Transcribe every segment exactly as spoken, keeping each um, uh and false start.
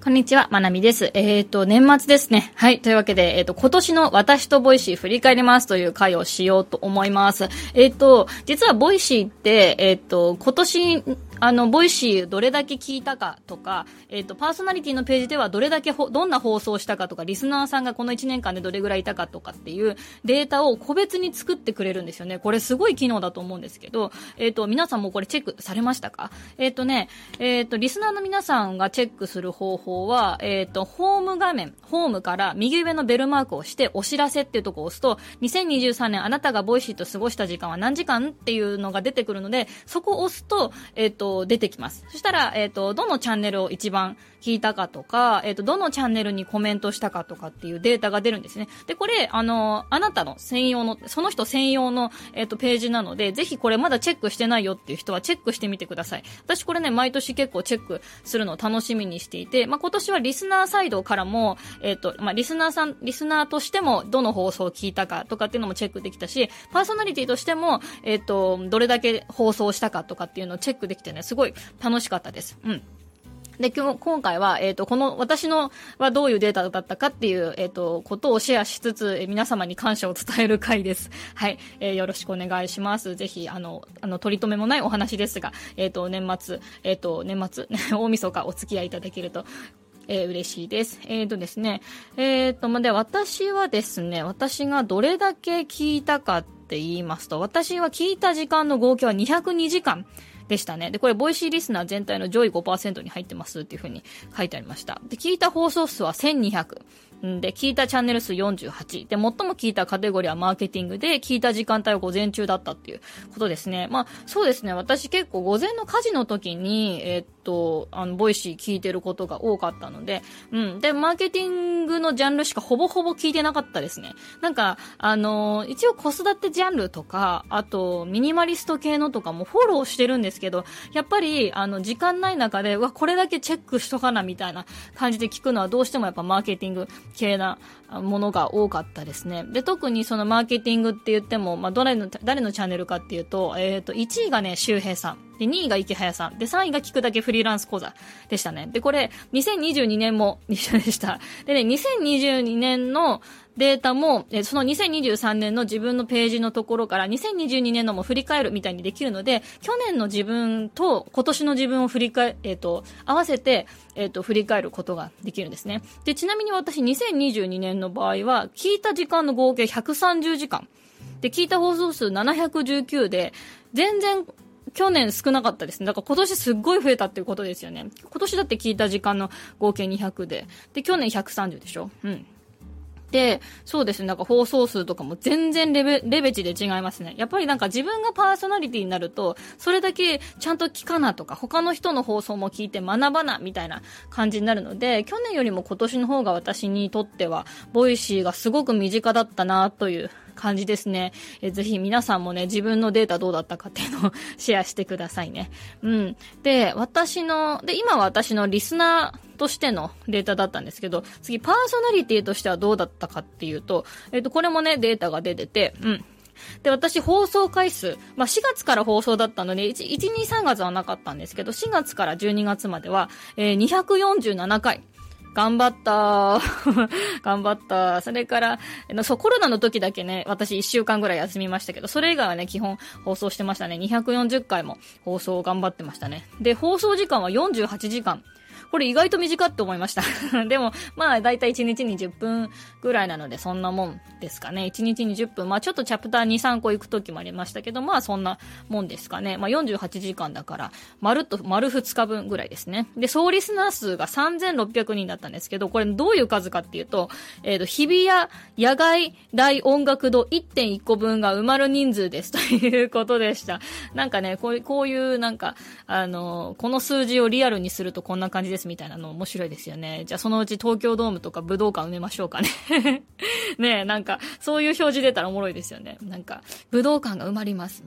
こんにちは、まなみです。えっと、年末ですね。はい。というわけで、えっと、今年の私とボイシー振り返りますという回をしようと思います。えっと、実はボイシーって、えっと、今年、あの、ボイシーどれだけ聞いたかとか、えっと、パーソナリティのページではどれだけほ、どんな放送をしたかとか、リスナーさんがこのいちねんかんでどれぐらいいたかとかっていうデータを個別に作ってくれるんですよね。これすごい機能だと思うんですけど、えっと、皆さんもこれチェックされましたか？えっとね、えっと、リスナーの皆さんがチェックする方法は、えっと、ホーム画面、ホームから右上のベルマークを押して、お知らせっていうところを押すと、にせんにじゅうさんねんあなたがボイシーと過ごした時間は何時間っていうのが出てくるので、そこを押すと、えっと、出てきます。そしたら、えっと、どのチャンネルを一番聞いたかとか、えっと、どのチャンネルにコメントしたかとかっていうデータが出るんですね。で、これ、あの、あなたの専用の、その人専用の、えっと、ページなので、ぜひこれまだチェックしてないよっていう人はチェックしてみてください。私これね、毎年結構チェックするのを楽しみにしていて、まあ、今年はリスナーサイドからも、えっと、まあ、リスナーさん、リスナーとしても、どの放送を聞いたかとかっていうのもチェックできたし、パーソナリティとしても、えっと、どれだけ放送したかとかっていうのをチェックできてね、すごい楽しかったです。うん。で、今日、今回は、えっと、この、私のはどういうデータだったかっていう、えっと、ことをシェアしつつ、え皆様に感謝を伝える回です。はい。えー、よろしくお願いします。ぜひ、あの、あの、取り留めもないお話ですが、えっと、年末、えっと、年末、大晦日お付き合いいただけると、えー、嬉しいです。えっとですね、えっと、ま、で、私はですね、私がどれだけ聞いたかって言いますと、私は聞いた時間の合計はにひゃくにじかん。でしたね。で、これ、ボイシーリスナー全体の上位 ごパーセント に入ってますっていう風に書いてありました。で、聞いた放送数はせんにひゃく。で、聞いたチャンネル数よんじゅうはち。で、最も聞いたカテゴリーはマーケティングで、聞いた時間帯は午前中だったっていうことですね。まあ、そうですね。私結構午前の家事の時に、えー、っと、あの、ボイシー聞いてることが多かったので、うん。で、マーケティングのジャンルしかほぼほぼ聞いてなかったですね。なんか、あのー、一応子育てジャンルとか、あと、ミニマリスト系のとかもフォローしてるんですけど、やっぱり、あの、時間ない中で、うわ、これだけチェックしとかな、みたいな感じで聞くのはどうしてもやっぱマーケティング系なものが多かったですね。で、特にそのマーケティングって言っても、まあ、誰の、誰のチャンネルかっていうと、えっと、いちいがね、周平さん。で、にいが池早さん。で、さんいが聞くだけフリーランス講座でしたね。で、これ、にせんにじゅうにねんも一緒でした。でね、にせんにじゅうにねんのデータも、えそのにせんにじゅうさんねんの自分のページのところからにせんにじゅうにねんのも振り返るみたいにできるので、去年の自分と今年の自分を振り返、えっと、合わせて、えっと、振り返ることができるんですね。で、ちなみに私にせんにじゅうにねんの場合は、聞いた時間の合計ひゃくさんじゅうじかん。で、聞いた放送数ななひゃくじゅうきゅうで、全然、去年少なかったですね。だから今年すっごい増えたっていうことですよね。今年だって聞いた時間の合計にひゃくで。で、去年ひゃくさんじゅうでしょ？うん。で、そうですね。なんか放送数とかも全然レベ、レベチで違いますね。やっぱりなんか自分がパーソナリティになると、それだけちゃんと聞かなとか、他の人の放送も聞いて学ばなみたいな感じになるので、去年よりも今年の方が私にとっては、ボイシーがすごく身近だったなという感じですね。えぜひ皆さんもね、自分のデータどうだったかっていうのをシェアしてくださいね。うん。で、私の、で、今は私のリスナー、としてのデータだったんですけど、次パーソナリティとしてはどうだったかっていうと、えっと、これもね、データが出てて、うん。で、私放送回数、まあ、しがつから放送だったので、いち、に、さんがつはなかったんですけど、しがつからじゅうにがつまでは、えー、にひゃくよんじゅうななかい。頑張った頑張ったそれから、そう、コロナの時だけね、私いっしゅうかんぐらい休みましたけど、それ以外はね、基本放送してましたね。にひゃくよんじゅっかいも放送頑張ってましたね。で、放送時間はよんじゅうはちじかん。これ意外と短って思いましたでもまあだいたいいちにちにじゅっぷんぐらいなのでそんなもんですかね。いちにちにじゅっぷん、まあちょっとチャプターに、さんこ行く時もありましたけど、まあそんなもんですかね。まあよんじゅうはちじかんだから丸と丸ふつかぶんぐらいですね。で、総リスナー数がさんぜんろっぴゃくにんだったんですけど、これどういう数かっていうと、えっと日比谷野外大音楽堂 いってんいっ 個分が埋まる人数ですということでした。なんかね、こういうこういうなんかあのこの数字をリアルにするとこんな感じですみたいなの面白いですよね。じゃあそのうち東京ドームとか武道館埋めましょうかねねえ、なんかそういう表示出たらおもろいですよね。なんか武道館が埋まりますみたいな。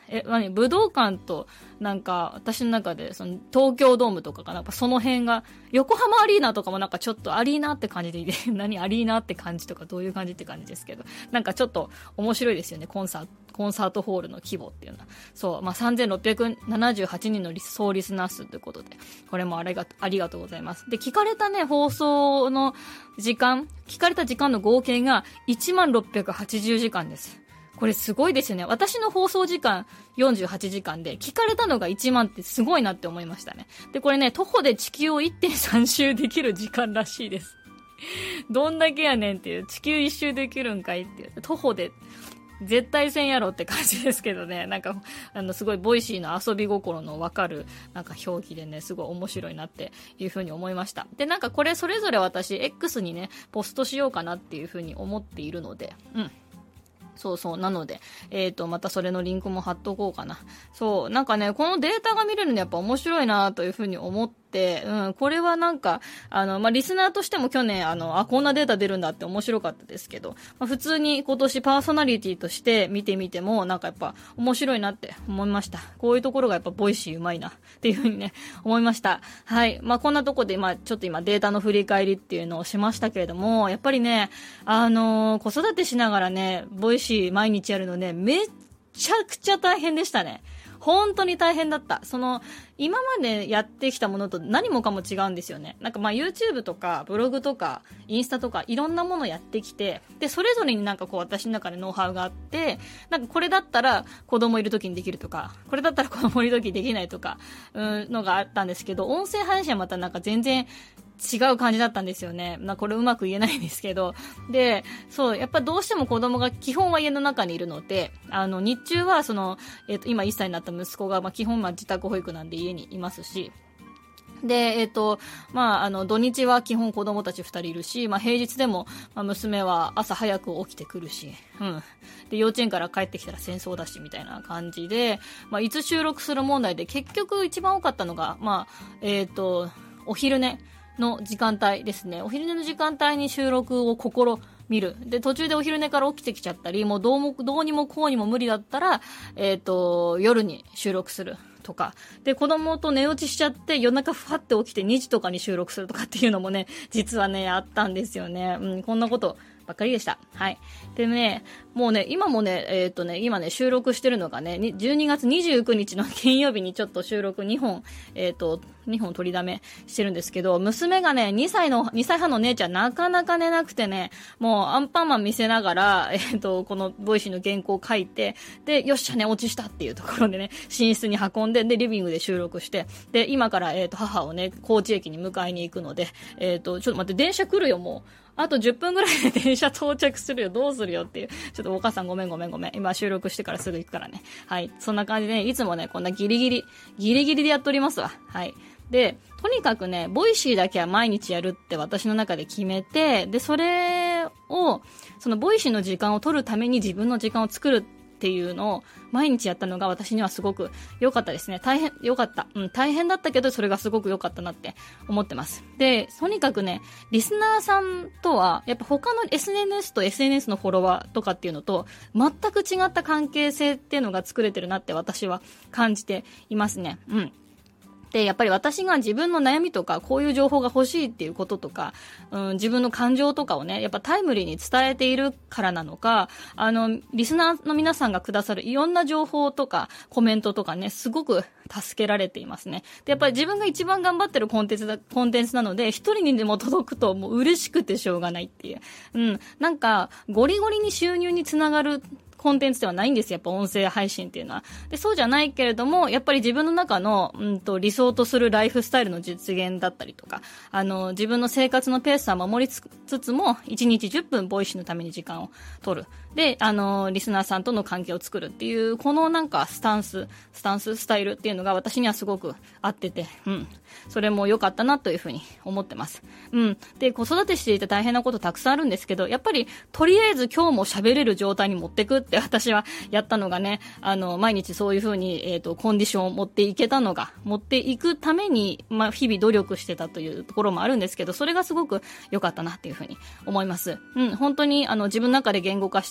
え、何武道館と、なんか、私の中で、その、東京ドームとかかな、やっぱその辺が、横浜アリーナとかもなんかちょっとアリーナって感じでいて、何アリーナって感じとかどういう感じって感じですけど、なんかちょっと面白いですよね、コンサート、コンサートホールの規模っていうのは。そう、まあ、さんぜんろっぴゃくななじゅうはちにんのリス総リスナー数ということで、これもありが、ありがとうございます。で、聞かれたね、放送の時間、聞かれた時間の合計がいちまんろっぴゃくはちじゅうじかんです。これすごいですよね。私の放送時間よんじゅうはちじかんで、聞かれたのがいちまんってすごいなって思いましたね。で、これね、徒歩で地球を いってんさん 周できる時間らしいです。どんだけやねんっていう、地球一周できるんかいっていう、徒歩で、絶対せんやろって感じですけどね。なんか、あの、すごいボイシーの遊び心のわかる、なんか表記でね、すごい面白いなっていうふうに思いました。で、なんかこれそれぞれ私、X にね、ポストしようかなっていうふうに思っているので、うん。そうそう。なので、えっと、またそれのリンクも貼っとこうかな。そう。なんかね、このデータが見れるのやっぱ面白いなというふうに思って、うん、これはなんか、あの、まあ、リスナーとしても去年、あの、あ、こんなデータ出るんだって面白かったですけど、まあ、普通に今年パーソナリティとして見てみても、なんかやっぱ面白いなって思いました。こういうところがやっぱボイシーうまいなっていうふうにね、思いました。はい。まあ、こんなとこで、まあ、ちょっと今データの振り返りっていうのをしましたけれども、やっぱりね、あのー、子育てしながらね、ボイシー毎日やるのね、めっちゃくちゃ大変でしたね。本当に大変だった。その、今までやってきたものと何もかも違うんですよね。なんかまあ YouTube とかブログとかインスタとかいろんなものやってきて、で、それぞれになんかこう私の中でノウハウがあって、なんかこれだったら子供いる時にできるとか、これだったら子供いる時にできないとか、うんのがあったんですけど、音声配信はまたなんか全然違う感じだったんですよね。まあこれうまく言えないんですけど。で、そう、やっぱどうしても子供が基本は家の中にいるので、あの、日中はその、えっと、今いっさいになった息子が、まあ基本は自宅保育なんで家にいますし、で、えっと、まあ、あの、土日は基本子供たち二人いるし、まあ、平日でも、まあ、娘は朝早く起きてくるし、うん。で、幼稚園から帰ってきたら戦争だし、みたいな感じで、まあ、いつ収録する問題で、結局一番多かったのが、まあ、えっと、お昼寝の時間帯ですね。お昼寝の時間帯に収録を試みる。で、途中でお昼寝から起きてきちゃったり、もうどうも、どうにもこうにも無理だったら、えっと、夜に収録する。とか。で、子供と寝落ちしちゃって、夜中ふわって起きてにじとかに収録するとかっていうのもね、実はね、あったんですよね。うん、こんなことばっかりでした。はい。でね、もうね、今もね、えっとね、今ね、収録してるのがね、じゅうにがつにじゅうくにちの金曜日にちょっと収録にほん、えっと、にほん取りだめしてるんですけど、娘がね、にさいの、にさいはんの姉ちゃんなかなか寝なくてね、もうアンパンマン見せながら、えっと、このボイシーの原稿を書いて、で、よっしゃ寝落ちしたっていうところでね、寝室に運んで、で、リビングで収録して、で、今から、えっと、母をね、高知駅に迎えに行くので、えっと、ちょっと待って、電車来るよ、もう。あとじゅっぷんぐらいで電車到着するよ。どうするよっていう。ちょっとお母さんごめんごめんごめん。今収録してからすぐ行くからね。はい。そんな感じでね、いつもね、こんなギリギリ、ギリギリでやっておりますわ。はい。で、とにかくね、ボイシーだけは毎日やるって私の中で決めて、で、それを、そのボイシーの時間を取るために自分の時間を作るっていうのを毎日やったのが私にはすごく良かったですね。大変、良かった。うん、大変だったけどそれがすごく良かったなって思ってます。で、とにかくね、リスナーさんとは、やっぱ他の エスエヌエス と エスエヌエス のフォロワーとかっていうのと、全く違った関係性っていうのが作れてるなって私は感じていますね。うん。で、やっぱり私が自分の悩みとか、こういう情報が欲しいっていうこととか、うん、自分の感情とかをね、やっぱタイムリーに伝えているからなのか、あの、リスナーの皆さんがくださるいろんな情報とか、コメントとかね、すごく助けられていますね。で、やっぱり自分が一番頑張ってるコンテンツだ、コンテンツなので、一人にでも届くともう嬉しくてしょうがないっていう。うん、なんか、ゴリゴリに収入につながるコンテンツではないんですよ。やっぱ音声配信っていうのは。で、そうじゃないけれども、やっぱり自分の中の、うんと、理想とするライフスタイルの実現だったりとか、あの、自分の生活のペースは守りつつも、いちにちじゅっぷんボイシーのために時間を取る。で、あの、リスナーさんとの関係を作るっていう、このなんかスタンス、スタンス、スタイルっていうのが私にはすごく合ってて、うん。それも良かったなというふうに思ってます。うん。で、子育てしていて大変なことたくさんあるんですけど、やっぱり、とりあえず今日も喋れる状態に持ってくって私はやったのがね、あの、毎日そういうふうに、えっと、コンディションを持っていけたのが、持っていくために、まあ、日々努力してたというところもあるんですけど、それがすごく良かったなっていうふうに思います。うん。本当に、あの、自分の中で言語化した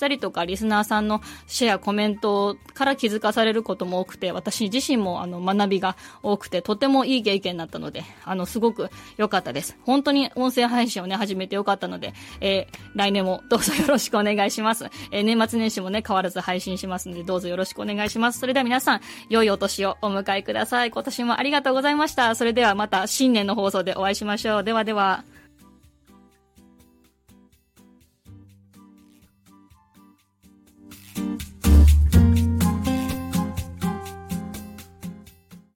りとかリスナーさんのシェア、コメントから気づかされることも多くて、私自身もあの学びが多くて、とてもいい経験だったので、あの、すごく良かったです。本当に音声配信をね、始めて良かったので、えー、来年もどうぞよろしくお願いします。えー、年末年始もね、変わらず配信しますので、どうぞよろしくお願いします。それでは皆さん、良いお年をお迎えください。今年もありがとうございました。それではまた新年の放送でお会いしましょう。ではでは。